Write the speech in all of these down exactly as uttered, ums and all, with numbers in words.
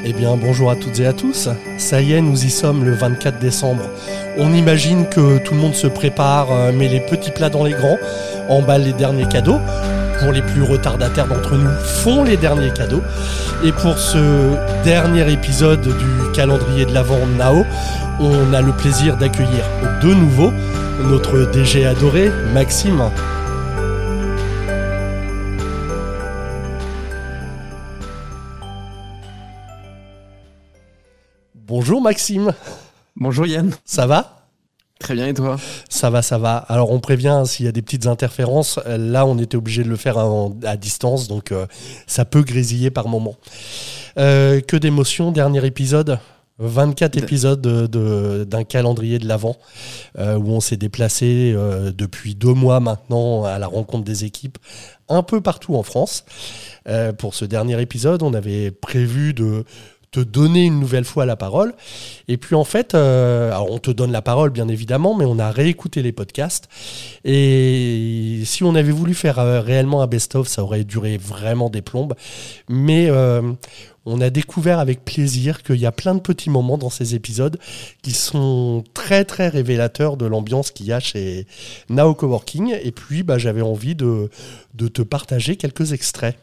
Eh bien bonjour à toutes et à tous, ça y est, nous y sommes le vingt-quatre décembre. On imagine que tout le monde se prépare, met les petits plats dans les grands, emballe les derniers cadeaux. Pour les plus retardataires d'entre nous, font les derniers cadeaux. Et pour ce dernier épisode du calendrier de l'Avent Nao, on a le plaisir d'accueillir de nouveau notre D G adoré, Maxime. Bonjour Maxime. Bonjour Yann. Ça va ? Très bien, et toi ? Ça va, ça va. Alors on prévient s'il y a des petites interférences. Là, on était obligé de le faire à, à distance, donc euh, ça peut grésiller par moment. Euh, que d'émotions, dernier épisode. vingt-quatre épisodes de, de, d'un calendrier de l'Avent euh, où on s'est déplacé euh, depuis deux mois maintenant à la rencontre des équipes un peu partout en France. Euh, pour ce dernier épisode, on avait prévu de te donner une nouvelle fois la parole. Et puis en fait, euh, alors on te donne la parole bien évidemment, mais on a réécouté les podcasts. Et si on avait voulu faire euh, réellement un best-of, ça aurait duré vraiment des plombes. Mais euh, on a découvert avec plaisir qu'il y a plein de petits moments dans ces épisodes qui sont très très révélateurs de l'ambiance qu'il y a chez Nao Coworking. Et puis bah, j'avais envie de, de te partager quelques extraits.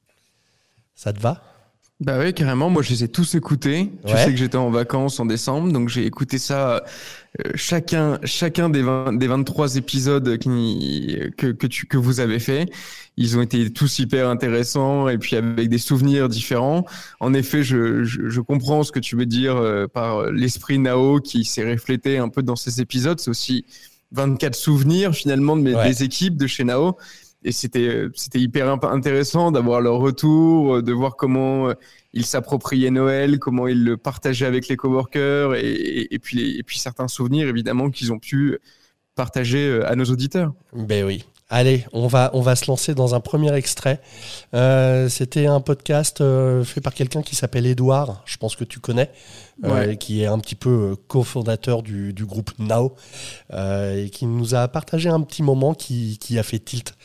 Ça te va ? Bah oui, carrément. Moi, je les ai tous écoutés. Tu Ouais. sais que j'étais en vacances en décembre, donc j'ai écouté ça euh, chacun, chacun des, vingt, des vingt-trois épisodes qui, que, que, tu, que vous avez fait. Ils ont été tous hyper intéressants et puis avec des souvenirs différents. En effet, je, je, je comprends ce que tu veux dire euh, par l'esprit Nao qui s'est reflété un peu dans ces épisodes. C'est aussi vingt-quatre souvenirs finalement de mes, Ouais. des équipes de chez Nao. Et c'était, c'était hyper intéressant d'avoir leur retour, de voir comment ils s'appropriaient Noël, comment ils le partageaient avec les coworkers et, et, et, puis, les, et puis certains souvenirs évidemment qu'ils ont pu partager à nos auditeurs. Ben oui. Allez, on va, on va se lancer dans un premier extrait. Euh, c'était un podcast euh, fait par quelqu'un qui s'appelle Edouard, je pense que tu connais, euh, Ouais. qui est un petit peu cofondateur du, du groupe Nao, euh, et qui nous a partagé un petit moment qui, qui a fait tilt.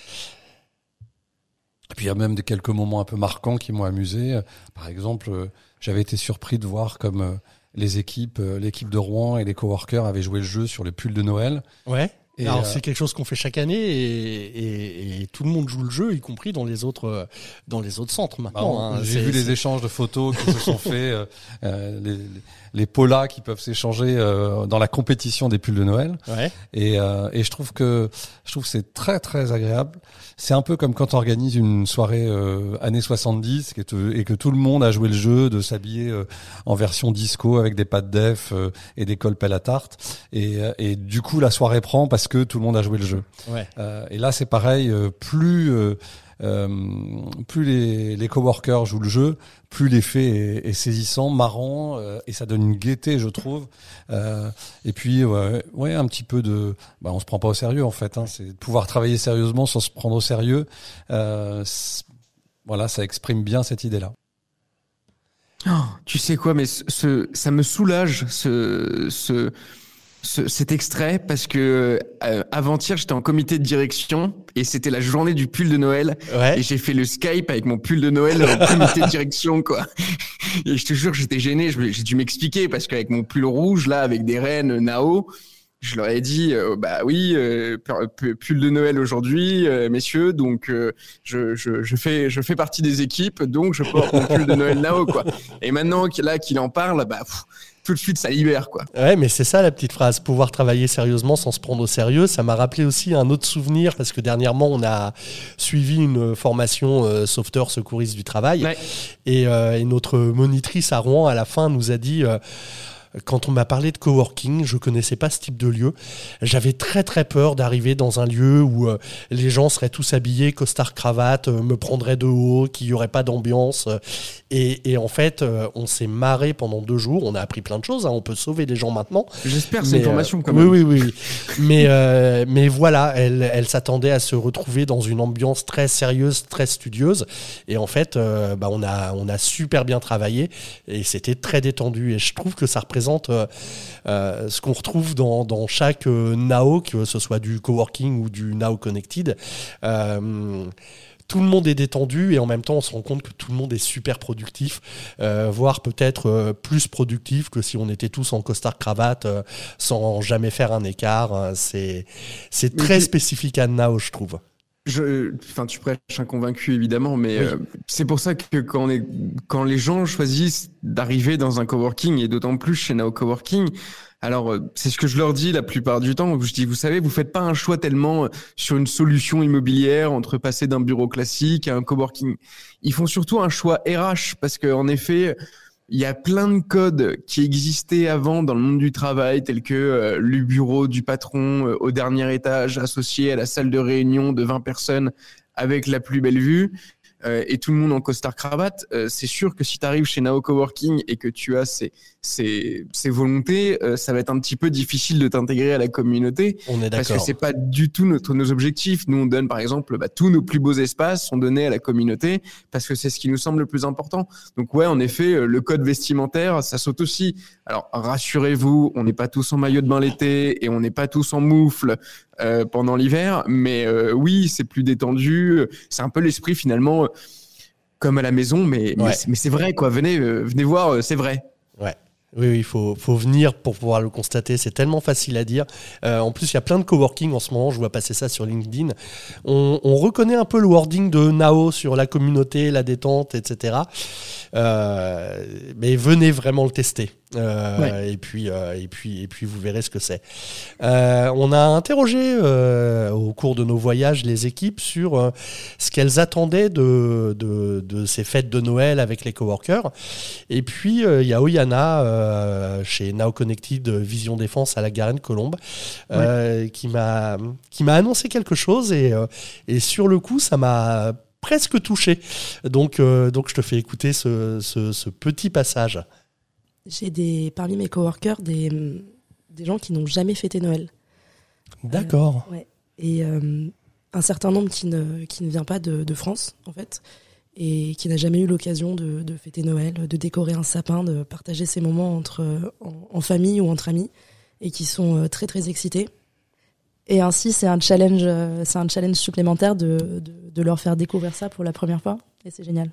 Et puis il y a même des quelques moments un peu marquants qui m'ont amusé. Par exemple, euh, j'avais été surpris de voir comme euh, les équipes, euh, l'équipe de Rouen et les coworkers avaient joué le jeu sur les pulls de Noël. Ouais. Et Alors euh, c'est quelque chose qu'on fait chaque année et, et, et tout le monde joue le jeu, y compris dans les autres, euh, dans les autres centres maintenant. bah, on- hein. j'ai C'est- vu c'est- les échanges de photos qui se sont faits, euh, euh, les, les, les polas qui peuvent s'échanger euh, dans la compétition des pulls de Noël. Ouais. Et, euh, et je trouve que je trouve que c'est très très agréable. C'est un peu comme quand on organise une soirée euh, années soixante-dix et que, et que tout le monde a joué le jeu de s'habiller euh, en version disco avec des pattes def euh, et des cols pelle à tarte. Et, euh, et du coup la soirée prend parce que tout le monde a joué le jeu. Ouais. Euh, et là c'est pareil, euh, plus euh, euh, plus les, les coworkers jouent le jeu, plus l'effet est, est saisissant, marrant, euh, et ça donne une gaieté, je trouve. Euh, et puis, ouais, ouais, un petit peu de, bah, on se prend pas au sérieux en fait. Hein, c'est de pouvoir travailler sérieusement sans se prendre au sérieux. Euh, voilà, ça exprime bien cette idée-là. Oh, tu sais quoi, mais ce, ce, ça me soulage ce, ce, ce, cet extrait parce que euh, avant-hier j'étais en comité de direction et c'était la journée du pull de Noël Ouais. et j'ai fait le Skype avec mon pull de Noël en comité de direction quoi. Et je te jure j'étais gêné, je, j'ai dû m'expliquer parce qu'avec mon pull rouge là avec des rennes Nao, je leur ai dit euh, bah oui euh, pull de Noël aujourd'hui euh, messieurs, donc euh, je, je, je fais je fais partie des équipes, donc je porte mon pull de Noël Nao quoi. Et maintenant qu'il là qu'il en parle, bah pff, tout de suite ça libère quoi. Ouais, mais c'est ça la petite phrase, pouvoir travailler sérieusement sans se prendre au sérieux. Ça m'a rappelé aussi un autre souvenir parce que dernièrement on a suivi une formation euh, sauveteur secouriste du travail, Ouais. et, euh, et notre monitrice à Rouen à la fin nous a dit euh, quand on m'a parlé de coworking, je connaissais pas ce type de lieu. J'avais très très peur d'arriver dans un lieu où euh, les gens seraient tous habillés, costard cravate, euh, me prendraient de haut, qu'il y aurait pas d'ambiance. Euh, et, et en fait, euh, on s'est marré pendant deux jours. On a appris plein de choses. Hein. On peut sauver des gens maintenant. J'espère, c'est Mais, une formation euh, quand même. Oui, oui, oui. mais, euh, mais voilà, elle, elle s'attendait à se retrouver dans une ambiance très sérieuse, très studieuse. Et en fait, euh, bah, on a, on a super bien travaillé et c'était très détendu. Et je trouve que ça représente représente euh, euh, ce qu'on retrouve dans, dans chaque euh, Nao, que ce soit du coworking ou du Nao Connected. Euh, Tout le monde est détendu et en même temps, on se rend compte que tout le monde est super productif, euh, voire peut-être euh, plus productif que si on était tous en costard-cravate euh, sans jamais faire un écart. Euh, c'est, c'est très puis, spécifique à Nao, je trouve. Je, enfin, tu prêches un convaincu, évidemment, mais oui. euh, c'est pour ça que quand, on est, quand les gens choisissent d'arriver dans un coworking, et d'autant plus chez Nao Coworking, alors, c'est ce que je leur dis la plupart du temps. Je dis, vous savez, vous faites pas un choix tellement sur une solution immobilière entre passer d'un bureau classique à un coworking. Ils font surtout un choix R H parce que, en effet, il y a plein de codes qui existaient avant dans le monde du travail, tels que euh, le bureau du patron euh, au dernier étage, associé à la salle de réunion de vingt personnes avec la plus belle vue. Euh, et tout le monde en costard-cravate, euh, c'est sûr que si tu arrives chez Nao Coworking et que tu as ces, ces, ces volontés, euh, ça va être un petit peu difficile de t'intégrer à la communauté. On est d'accord. Parce que c'est pas du tout notre, nos objectifs. Nous, on donne par exemple, bah, tous nos plus beaux espaces sont donnés à la communauté parce que c'est ce qui nous semble le plus important. Donc ouais, en effet, le code vestimentaire, ça saute aussi. Alors rassurez-vous, on n'est pas tous en maillot de bain l'été et on n'est pas tous en moufle euh, pendant l'hiver, mais euh, oui, c'est plus détendu. C'est un peu l'esprit finalement comme à la maison, mais, ouais. mais, mais c'est vrai, quoi. Venez, euh, venez voir, euh, c'est vrai. Ouais. Oui, il oui, faut, faut venir pour pouvoir le constater. C'est tellement facile à dire. Euh, en plus, il y a plein de coworking en ce moment. Je vois passer ça sur LinkedIn. On, on reconnaît un peu le wording de Nao sur la communauté, la détente, et cetera. Euh, mais venez vraiment le tester. Euh, ouais. et, puis, euh, et, puis, et puis, vous verrez ce que c'est. Euh, on a interrogé euh, au cours de nos voyages les équipes sur euh, ce qu'elles attendaient de, de, de ces fêtes de Noël avec les coworkers. Et puis, il euh, y a Oyana euh, chez Nao Connected Vision Défense à la Garenne-Colombe euh, ouais. qui, m'a, qui m'a annoncé quelque chose. Et, euh, et sur le coup, ça m'a presque touché. Donc, euh, donc je te fais écouter ce, ce, ce petit passage. J'ai des, parmi mes coworkers des, des gens qui n'ont jamais fêté Noël. D'accord. Euh, ouais. Et euh, un certain nombre qui ne, qui ne vient pas de, de France, en fait, et qui n'a jamais eu l'occasion de, de fêter Noël, de décorer un sapin, de partager ces moments entre, en, en famille ou entre amis, et qui sont très très excités. Et ainsi, c'est un challenge, c'est un challenge supplémentaire de, de, de leur faire découvrir ça pour la première fois, et c'est génial.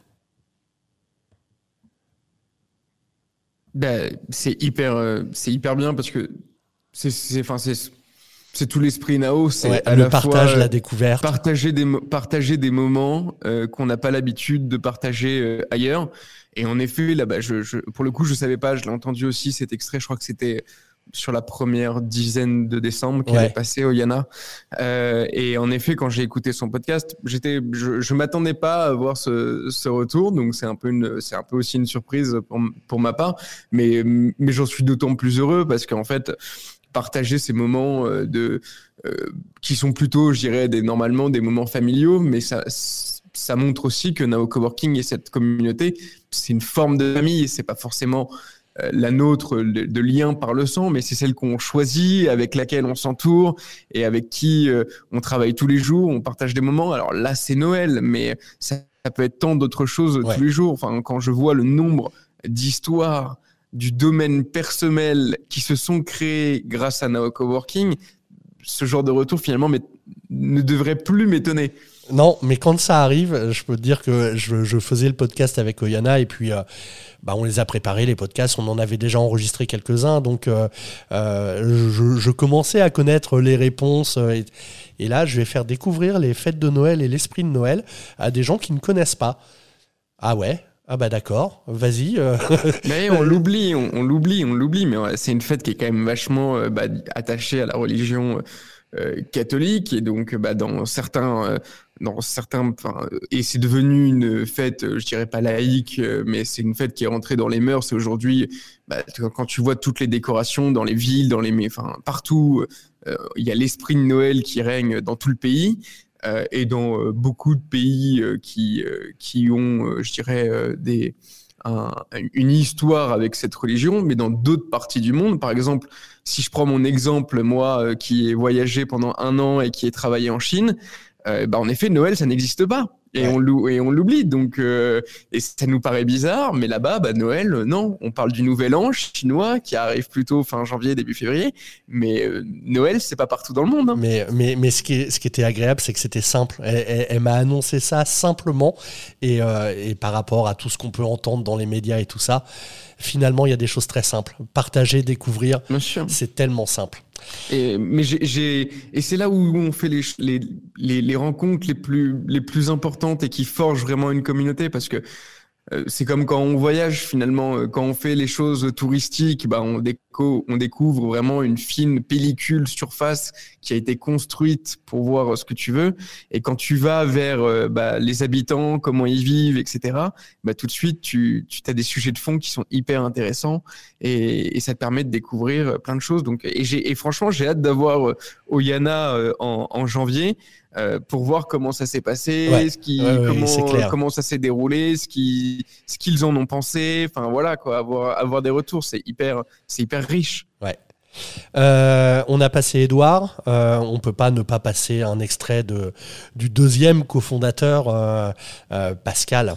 Ben, c'est hyper, euh, c'est hyper bien parce que c'est, c'est, enfin, c'est, c'est tout l'esprit Nao. C'est ouais, à le la partage, fois, la découverte. Partager des, partager des moments euh, qu'on n'a pas l'habitude de partager euh, ailleurs. Et en effet, là, bah, je, je, pour le coup, je savais pas. Je l'ai entendu aussi cet extrait. Je crois que c'était sur la première dizaine de décembre qu'elle ouais. est passée, Oyana. Euh, et en effet, quand j'ai écouté son podcast, j'étais, je, je m'attendais pas à voir ce, ce retour, donc c'est un peu une, c'est un peu aussi une surprise pour, pour ma part. Mais, mais j'en suis d'autant plus heureux parce qu'en fait, partager ces moments de, euh, qui sont plutôt, je dirais, des, normalement des moments familiaux, mais ça, ça montre aussi que Nao Coworking et cette communauté, c'est une forme de famille et c'est pas forcément la nôtre de, de lien par le sang, mais c'est celle qu'on choisit, avec laquelle on s'entoure et avec qui euh, on travaille tous les jours, on partage des moments. Alors là, c'est Noël, mais ça, ça peut être tant d'autres choses ouais. tous les jours. Enfin, quand je vois le nombre d'histoires du domaine personnel qui se sont créées grâce à Nao Coworking, ce genre de retour, finalement, ne devrait plus m'étonner. Non, mais quand ça arrive, je peux te dire que je, je faisais le podcast avec Oyana et puis euh, bah, on les a préparés, les podcasts, on en avait déjà enregistré quelques-uns, donc euh, euh, je, je commençais à connaître les réponses et, et là, je vais faire découvrir les fêtes de Noël et l'esprit de Noël à des gens qui ne connaissent pas. Ah ouais ? Ah bah d'accord, vas-y. Euh... Mais on l'oublie, on, on l'oublie, on l'oublie, mais ouais, c'est une fête qui est quand même vachement euh, bah, attachée à la religion euh, catholique et donc bah, dans certains... Euh, dans certains, enfin, et c'est devenu une fête, je dirais pas laïque, mais c'est une fête qui est rentrée dans les mœurs. Et aujourd'hui, bah, quand tu vois toutes les décorations dans les villes, dans les, enfin, partout, euh, il y a l'esprit de Noël qui règne dans tout le pays. Euh, et dans euh, beaucoup de pays euh, qui, euh, qui ont, euh, je dirais, euh, des, un, une histoire avec cette religion, mais dans d'autres parties du monde. Par exemple, si je prends mon exemple, moi, euh, qui ai voyagé pendant un an et qui ai travaillé en Chine, Euh, bah en effet, Noël, ça n'existe pas. Et, Ouais. on, l'ou- et on l'oublie. Donc, euh, et ça nous paraît bizarre, mais là-bas, bah, Noël, euh, non. On parle du nouvel an chinois qui arrive plutôt fin janvier, début février. Mais euh, Noël, c'est pas partout dans le monde. Hein. Mais, mais, mais ce, qui est- ce qui était agréable, c'est que c'était simple. Elle, elle- elle m'a annoncé ça simplement. Et, euh, et par rapport à tout ce qu'on peut entendre dans les médias et tout ça, finalement, il y a des choses très simples. Partager, découvrir, Bien sûr. c'est tellement simple. Et, mais j'ai, j'ai, et c'est là où on fait les, les, les, les rencontres les plus, les plus importantes et qui forgent vraiment une communauté parce que euh, c'est comme quand on voyage finalement, euh, quand on fait les choses touristiques, bah on, déco, on découvre vraiment une fine pellicule surface qui a été construite pour voir ce que tu veux. Et quand tu vas vers euh, bah, les habitants, comment ils vivent, et cetera, bah, tout de suite, tu, tu as des sujets de fond qui sont hyper intéressants et, et ça te permet de découvrir plein de choses. Donc, et, j'ai, et franchement, j'ai hâte d'avoir euh, Oyana euh, en, en janvier. Euh, pour voir comment ça s'est passé, Ouais, ce qui, ouais, ouais, comment, c'est clair. comment ça s'est déroulé, ce qui, ce qu'ils en ont pensé. Enfin voilà quoi, avoir, avoir des retours, c'est hyper, c'est hyper riche. Ouais. Euh, on a passé Edouard. Euh, on peut pas ne pas passer un extrait de, du deuxième cofondateur, euh, euh, Pascal.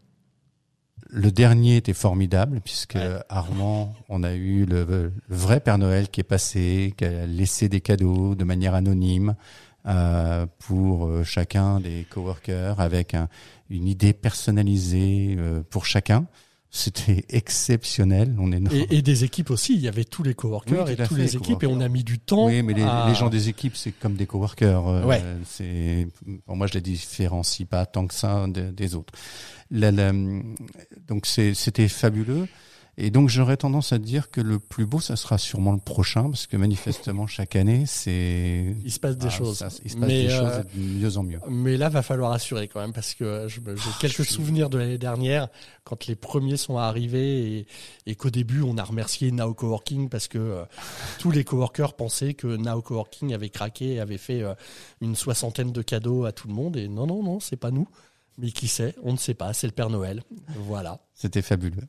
Le dernier était formidable puisque Ouais. à Rouen, on a eu le, le vrai Père Noël qui est passé, qui a laissé des cadeaux de manière anonyme euh, pour euh, chacun des coworkers avec un, une idée personnalisée euh, pour chacun. C'était exceptionnel. On est Et, et des équipes aussi. Il y avait tous les coworkers Oui, et tout à toutes fait, les équipes et on coworkers. a mis du temps. Oui, mais les, à... les gens des équipes, c'est comme des coworkers. Euh, Ouais. C'est, pour moi, je les différencie pas tant que ça de- des autres. La- la- donc c'est, c'était fabuleux. Et donc j'aurais tendance à dire que le plus beau, ça sera sûrement le prochain, parce que manifestement chaque année, c'est Il se passe des ah, choses. ça- il se passe Mais, des euh, choses de mieux en mieux. Mais là, va falloir assurer quand même parce que je- j'ai quelques je suis- souvenirs de l'année dernière quand les premiers sont arrivés et, et qu'au début, on a remercié Now Coworking parce que euh, tous les coworkers pensaient que Now Coworking avait craqué et avait fait euh, une soixantaine de cadeaux à tout le monde. Et non, non, non, c'est pas nous. Mais qui sait? On ne sait pas. C'est le Père Noël. Voilà. C'était fabuleux.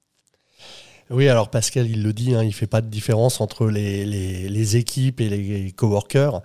Oui, alors Pascal, il le dit, hein, il fait pas de différence entre les, les, les équipes et les coworkers.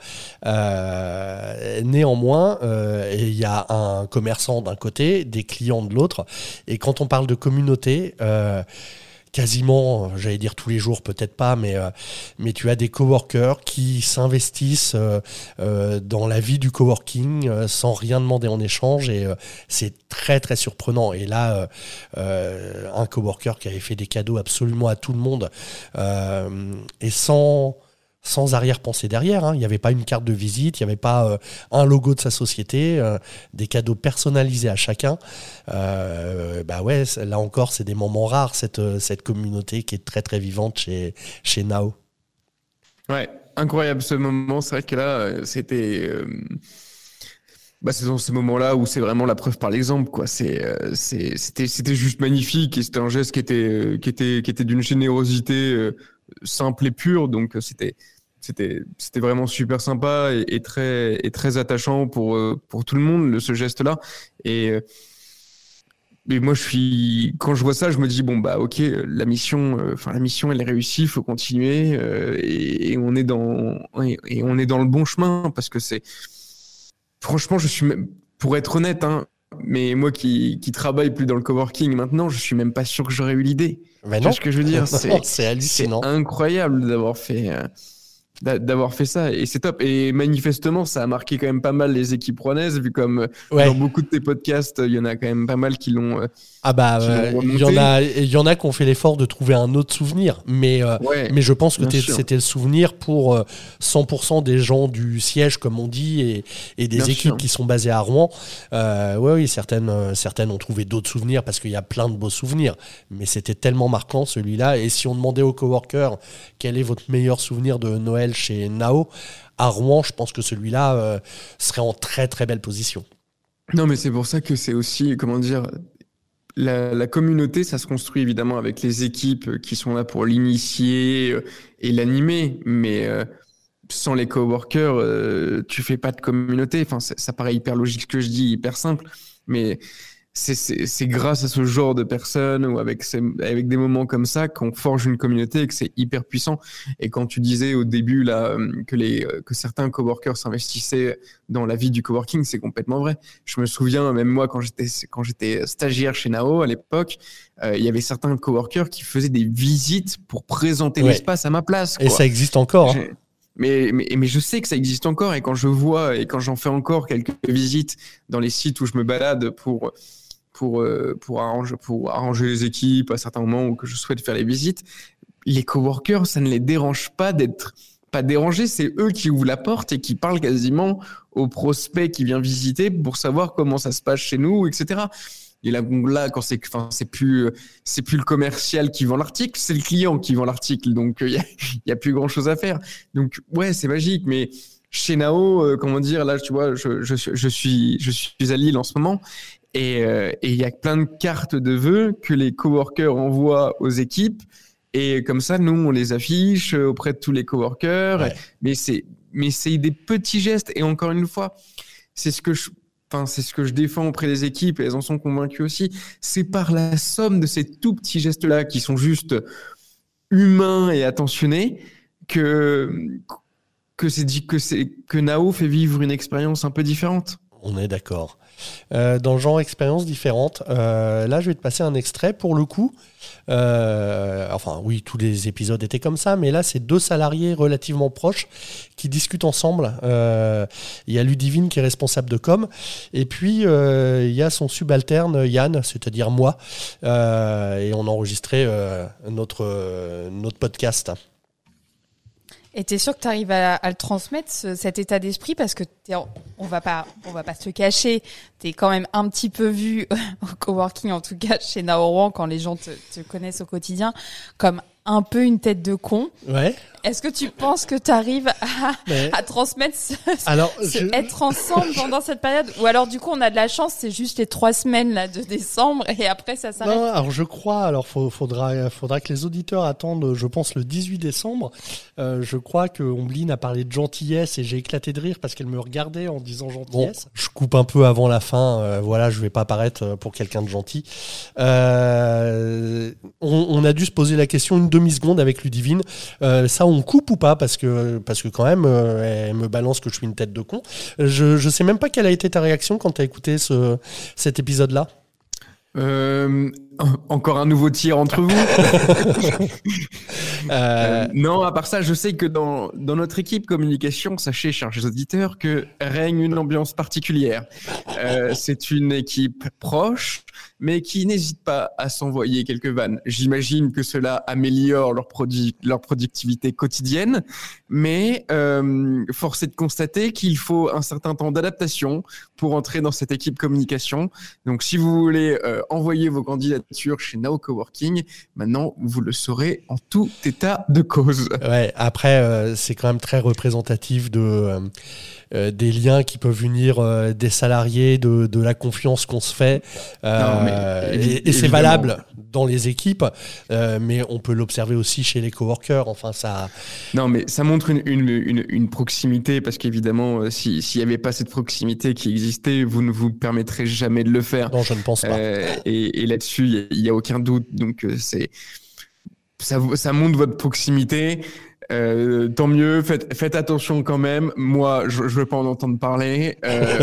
Euh, néanmoins, euh, il y a un commerçant d'un côté, des clients de l'autre. Et quand on parle de communauté, euh, quasiment, j'allais dire tous les jours, peut-être pas, mais, euh, mais tu as des coworkers qui s'investissent euh, euh, dans la vie du coworking euh, sans rien demander en échange et euh, c'est très très surprenant. Et là, euh, euh, un coworker qui avait fait des cadeaux absolument à tout le monde euh, et sans... sans arrière-pensée derrière, hein. Il n'y avait pas une carte de visite, il n'y avait pas euh, un logo de sa société, euh, des cadeaux personnalisés à chacun. Euh, bah ouais, c'est- là encore, c'est des moments rares, cette, euh, cette communauté qui est très très vivante chez, chez Now. Ouais, incroyable ce moment. C'est vrai que là, euh, c'était, euh, bah, c'est dans ces moments-là où c'est vraiment la preuve par l'exemple, quoi. C'est, euh, c'est, c'était, c'était juste magnifique et c'était un geste qui était, euh, qui était, qui était d'une générosité euh, simple et pure. Donc euh, c'était, c'était, c'était vraiment super sympa et, et très, et très attachant pour, euh, pour tout le monde, le, ce geste-là. Et euh, mais moi, je suis, quand je vois ça, je me dis bon bah ok, la mission, enfin la mission, elle est réussie, faut continuer euh, et, et on est dans et, et on est dans le bon chemin parce que c'est, franchement, je suis même, pour être honnête, hein, mais moi qui qui travaille plus dans le coworking maintenant, je suis même pas sûr que j'aurais eu l'idée. Mais Tu non, vois ce que je veux dire? C'est c'est c'est hallucinant. incroyable d'avoir fait. euh, d'a- d'avoir fait ça et c'est top et manifestement ça a marqué quand même pas mal les équipes rouennaises vu comme euh, Ouais. dans beaucoup de tes podcasts il y en a quand même pas mal qui l'ont euh, Ah bah, qui l'ont euh, il y remonté. en a, il y en a qui ont fait l'effort de trouver un autre souvenir, mais euh, ouais mais je pense que bien t'es- sûr. c'était le souvenir pour euh, cent pour cent des gens du siège, comme on dit, et, et des Bien équipes sûr. qui sont basées à Rouen. Euh, ouais, oui, certaines, euh, certaines ont trouvé d'autres souvenirs parce qu'il y a plein de beaux souvenirs, mais c'était tellement marquant celui-là. Et si on demandait aux coworkers quel est votre meilleur souvenir de Noël chez Nao, à Rouen, je pense que celui-là euh, serait en très très belle position. Non, mais c'est pour ça que c'est aussi, comment dire, la, la communauté, ça se construit évidemment avec les équipes qui sont là pour l'initier euh, et l'animer, mais euh, sans les coworkers, euh, tu fais pas de communauté. Enfin, ça, ça paraît hyper logique ce que je dis, hyper simple, mais c'est, c'est, c'est grâce à ce genre de personnes ou avec, ces, avec des moments comme ça qu'on forge une communauté et que c'est hyper puissant. Et quand tu disais au début là, que, les, que certains coworkers s'investissaient dans la vie du coworking, c'est complètement vrai. Je me souviens, même moi, quand j'étais, quand j'étais stagiaire chez Nao à l'époque, euh, il y avait certains coworkers qui faisaient des visites pour présenter ouais. l'espace à ma place. Quoi. Et ça existe encore. Hein. Mais, mais, mais je sais que ça existe encore et quand je vois et quand j'en fais encore quelques visites dans les sites où je me balade pour, pour, pour, arranger, pour arranger les équipes à certains moments où que je souhaite faire les visites, les coworkers, ça ne les dérange pas d'être pas dérangés, c'est eux qui ouvrent la porte et qui parlent quasiment au prospect qui vient visiter pour savoir comment ça se passe chez nous, et cetera. Et là, là quand c'est, enfin, c'est plus, c'est plus le commercial qui vend l'article, c'est le client qui vend l'article. Donc, il euh, y a, y a plus grand chose à faire. Donc, ouais, c'est magique. Mais chez Nao, euh, comment dire, là, tu vois, je, je, je suis, je suis à Lille en ce moment. Et, euh, et il y a plein de cartes de vœux que les coworkers envoient aux équipes. Et comme ça, nous, on les affiche auprès de tous les coworkers. Ouais. Mais c'est, mais c'est des petits gestes. Et encore une fois, c'est ce que je, Enfin, c'est ce que je défends auprès des équipes et elles en sont convaincues aussi. C'est par la somme de ces tout petits gestes-là qui sont juste humains et attentionnés que, que, c'est, que, c'est, que Nao fait vivre une expérience un peu différente. On est d'accord. Euh, dans le genre expérience différente, euh, là je vais te passer un extrait pour le coup. Euh, enfin oui, tous les épisodes étaient comme ça, mais là c'est deux salariés relativement proches qui discutent ensemble. Euh, il y a Ludivine qui est responsable de com, et puis euh, il y a son subalterne Yann, c'est-à-dire moi, euh, et on enregistrait euh, notre, euh, notre podcast. Et t'es sûr que t'arrives à, à le transmettre, ce, cet état d'esprit, parce que t'es, on va pas, on va pas se le cacher, t'es quand même un petit peu vu au coworking, en tout cas chez Nao Rouen, quand les gens te, te connaissent au quotidien, comme un peu une tête de con. Ouais. Est-ce que tu penses que tu arrives à, Mais... à transmettre ce, alors, ce je... être ensemble pendant cette période? Ou alors du coup on a de la chance, c'est juste les trois semaines là de décembre et après ça s'arrête? Non, alors je crois, alors faut, faudra, faudra que les auditeurs attendent, je pense le dix-huit décembre. Euh, je crois que Ombline a parlé de gentillesse et j'ai éclaté de rire parce qu'elle me regardait en disant gentillesse. Bon, je coupe un peu avant la fin, euh, voilà, je vais pas paraître pour quelqu'un de gentil. Euh, on, on a dû se poser la question une demi-seconde avec Ludivine. Euh, ça, on coupe ou pas parce que, parce que quand même, euh, elle me balance que je suis une tête de con. Je, je sais même pas quelle a été ta réaction quand tu as écouté ce, cet épisode-là. Euh, encore un nouveau tir entre vous. euh... Euh, non, à part ça, je sais que dans, dans notre équipe communication, sachez, chers auditeurs, que règne une ambiance particulière. Euh, c'est une équipe proche, mais qui n'hésite pas à s'envoyer quelques vannes. J'imagine que cela améliore leur, produit, leur productivité quotidienne, mais euh, force est de constater qu'il faut un certain temps d'adaptation pour entrer dans cette équipe communication. Donc, si vous voulez euh, envoyer vos candidatures chez Nao Coworking, maintenant, vous le saurez en tout état de cause. Ouais, après, euh, c'est quand même très représentatif de... Euh... Euh, des liens qui peuvent unir euh, des salariés, de, de la confiance qu'on se fait. Euh, non, mais, et, et c'est valable dans les équipes, euh, mais on peut l'observer aussi chez les coworkers. Enfin, ça... Non, mais ça montre une, une, une, une proximité, parce qu'évidemment, euh, si, s'il n'y avait pas cette proximité qui existait, vous ne vous permettrez jamais de le faire. Non, je ne pense pas. Euh, et, et là-dessus, il n'y a, a aucun doute. Donc, euh, c'est, ça, ça montre votre proximité. Euh, tant mieux, faites, faites attention quand même. Moi, je ne veux pas en entendre parler. Euh,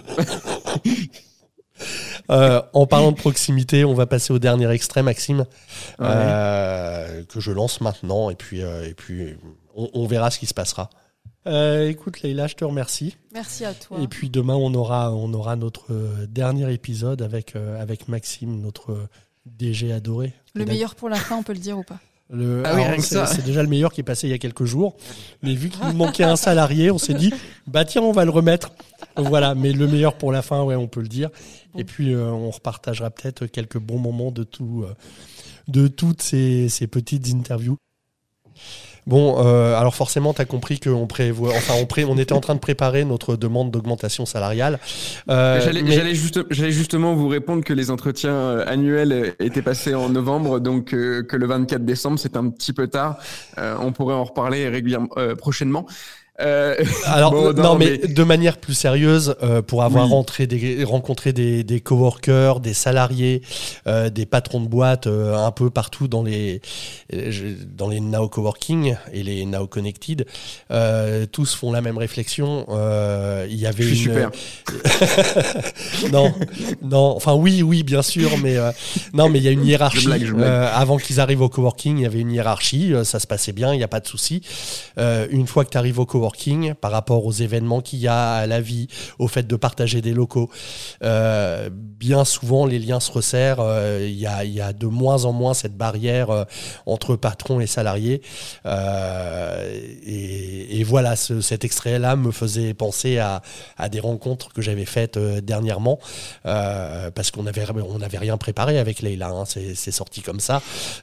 euh, en parlant de proximité, on va passer au dernier extrait, Maxime, ouais. euh, que je lance maintenant, et puis, euh, et puis on, on verra ce qui se passera. Euh, écoute, Leïla, je te remercie. Merci à toi. Et puis demain, on aura, on aura notre dernier épisode avec, euh, avec Maxime, notre D G adoré. Le meilleur pour la fin, on peut le dire ou pas? Le, ah oui, alors, c'est, c'est déjà le meilleur qui est passé il y a quelques jours, mais vu qu'il nous manquait un salarié, on s'est dit bah tiens, on va le remettre. Voilà, mais le meilleur pour la fin, ouais, on peut le dire. Et puis euh, on repartagera peut-être quelques bons moments de tout, euh, de toutes ces, ces petites interviews. Bon, euh, alors forcément, tu as compris qu'on prévoit, enfin, on, pré, on était en train de préparer notre demande d'augmentation salariale. Euh, j'allais, mais... j'allais, juste, j'allais justement vous répondre que les entretiens annuels étaient passés en novembre, donc euh, que le vingt-quatre décembre, c'est un petit peu tard. Euh, on pourrait en reparler régulièrement, euh, prochainement. Euh, Alors bon, non, non, mais, mais- de manière plus sérieuse, euh, pour avoir Oui. rentré des, rencontré des, des coworkers, des salariés, euh, des patrons de boîtes euh, un peu partout dans les euh, je- dans les Nao Coworking et les Nao Connected, euh, tous font la même réflexion. Euh, Il y avait Je suis une super. non, non, enfin oui, oui, bien sûr, mais euh, non, mais il y a une hiérarchie. Je blague, je blague. Euh, avant qu'ils arrivent au coworking, il y avait une hiérarchie, euh, ça se passait bien, il n'y a pas de souci. Euh, une fois que tu arrives au coworking, par rapport aux événements qu'il y a, à la vie, au fait de partager des locaux, euh, bien souvent les liens se resserrent. euh, Il y, a, il y a de moins en moins cette barrière euh, entre patrons et salariés. Euh, et, et voilà, ce- cet extrait-là me faisait penser à, à des rencontres que j'avais faites euh, dernièrement, euh, parce qu'on avait on n'avait rien préparé avec Leïla, hein, c'est, c'est sorti comme ça.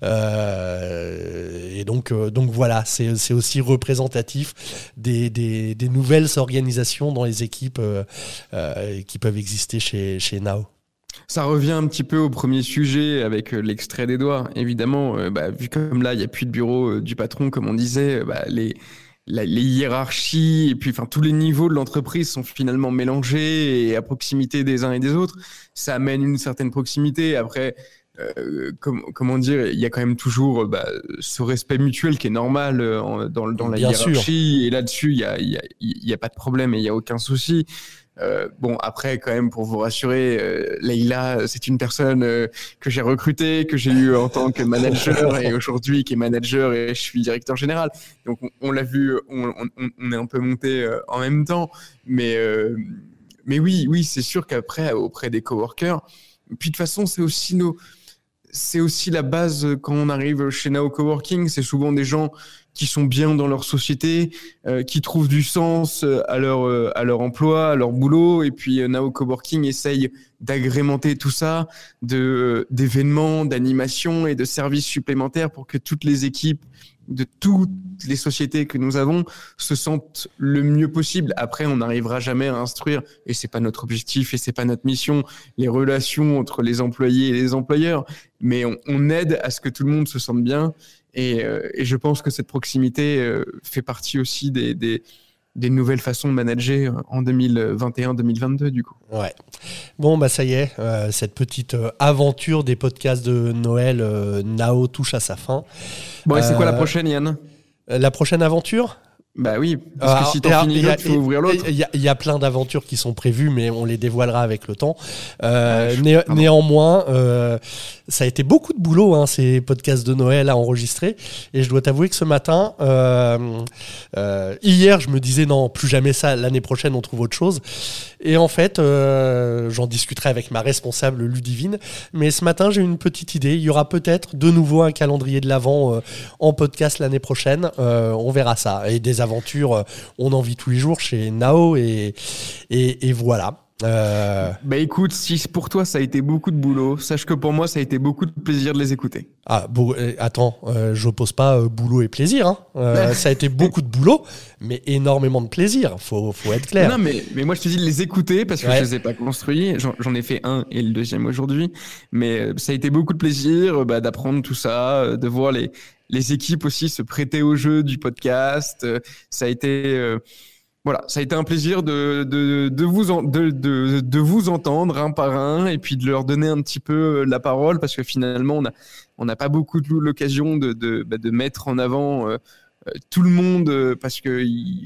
Euh, et donc euh, donc voilà, c'est, c'est aussi représentatif des, des, des nouvelles organisations dans les équipes euh, euh, qui peuvent exister chez chez Nao. Ça revient un petit peu au premier sujet avec euh, l'extrait des doigts. Évidemment, euh, bah, vu comme là, il n'y a plus de bureau euh, du patron, comme on disait, euh, bah, les, la- les hiérarchies et puis enfin tous les niveaux de l'entreprise sont finalement mélangés et à proximité des uns et des autres. Ça amène une certaine proximité. Après, euh, com- comment dire, il y a quand même toujours euh, bah, ce respect mutuel qui est normal euh, en- dans, dans la Bien sûr. hiérarchie. Et là-dessus, il y a, il y, a, il y a pas de problème et il y a aucun souci. Euh, bon, après, quand même, pour vous rassurer, euh, Leïla, c'est une personne euh, que j'ai recrutée, que j'ai eue en tant que manager et aujourd'hui qui est manager et je suis directeur général. Donc, on, on l'a vu, on, on, on est un peu monté euh, en même temps. Mais, euh, mais oui, oui, c'est sûr qu'après, auprès des coworkers, puis de toute façon, c'est aussi nos, c'est aussi la base quand on arrive chez Nao Coworking. C'est souvent des gens qui sont bien dans leur société, euh, qui trouvent du sens à leur euh, à leur emploi, à leur boulot. Et puis euh, Nao Coworking essaye d'agrémenter tout ça de euh, d'événements, d'animations et de services supplémentaires pour que toutes les équipes de toutes les sociétés que nous avons se sentent le mieux possible. Après, on n'arrivera jamais à instruire, et c'est pas notre objectif et c'est pas notre mission, les relations entre les employés et les employeurs, mais on, on aide à ce que tout le monde se sente bien. Et, euh, et je pense que cette proximité euh, fait partie aussi des, des, des nouvelles façons de manager en deux mille vingt et un deux mille vingt-deux, du coup. Ouais. Bon, bah ça y est, euh, cette petite euh, aventure des podcasts de Noël euh, Nao touche à sa fin. Bon, et c'est quoi la Euh, prochaine, Yann? La prochaine aventure? Bah oui, parce Alors, que si et t'en alors, finis il y a- l'autre, il faut ouvrir l'autre. Il y, a- il y a plein d'aventures qui sont prévues, mais on les dévoilera avec le temps. Euh, Ouais, je- né- pardon. néanmoins, euh, ça a été beaucoup de boulot, hein, ces podcasts de Noël à enregistrer. Et je dois t'avouer que ce matin, euh, euh, hier, je me disais non, plus jamais ça. L'année prochaine, on trouve autre chose. Et en fait, euh, j'en discuterai avec ma responsable Ludivine. Mais ce matin, j'ai une petite idée. Il y aura peut-être de nouveau un calendrier de l'Avent euh, en podcast l'année prochaine. Euh, on verra ça. Et des aventures, euh, on en vit tous les jours chez Nao. Et, et, et voilà. Euh, Bah écoute, si pour toi ça a été beaucoup de boulot, sache que pour moi ça a été beaucoup de plaisir de les écouter. ah, bon, euh, attends, euh, j'oppose pas euh, boulot et plaisir. Hein. Euh, ça a été beaucoup de boulot, mais énormément de plaisir. Faut, faut être clair. Non mais, mais moi je te dis de les écouter parce que Ouais. je les ai pas construits, j'en, j'en ai fait un et le deuxième aujourd'hui, mais euh, ça a été beaucoup de plaisir euh, bah, d'apprendre tout ça, euh, de voir les, les équipes aussi se prêter au jeu du podcast, euh, ça a été... euh, Voilà, ça a été un plaisir de, de, de, vous, en, de, de, de vous entendre un par un et puis de leur donner un petit peu la parole parce que finalement, on n'a on n'a pas beaucoup de l'occasion de, de, bah, de mettre en avant euh, tout le monde euh, parce qu'on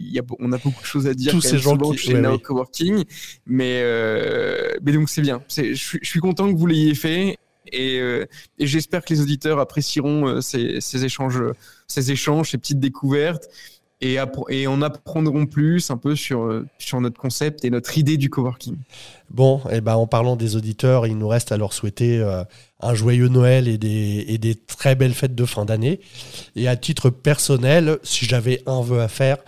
a beaucoup de choses à dire Tous quand ces même gens souvent qui- chez ouais, Nao ouais. Coworking. Mais, euh, mais donc, c'est bien. C'est, je, suis, je suis content que vous l'ayez fait. Et, euh, et j'espère que les auditeurs apprécieront euh, ces, ces échanges, ces échanges, ces petites découvertes. Et, appre- et en apprendront plus un peu sur, euh, sur notre concept et notre idée du coworking. Bon, et ben en parlant des auditeurs, il nous reste à leur souhaiter euh, un joyeux Noël et des, et des très belles fêtes de fin d'année. Et à titre personnel, si j'avais un vœu à faire,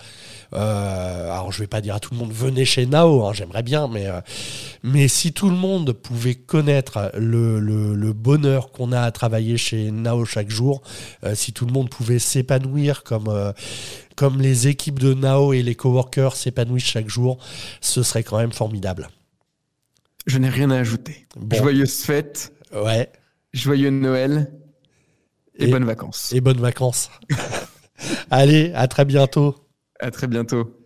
euh, alors je vais pas dire à tout le monde venez chez Nao, hein, j'aimerais bien, mais euh, mais si tout le monde pouvait connaître le, le, le bonheur qu'on a à travailler chez Nao chaque jour, euh, si tout le monde pouvait s'épanouir comme euh, comme les équipes de Nao et les coworkers s'épanouissent chaque jour, ce serait quand même formidable. Je n'ai rien à ajouter. Bon. Joyeuses fêtes, Ouais. joyeux Noël et, Et- bonnes vacances. Et bonnes vacances. Allez, à très bientôt. À très bientôt.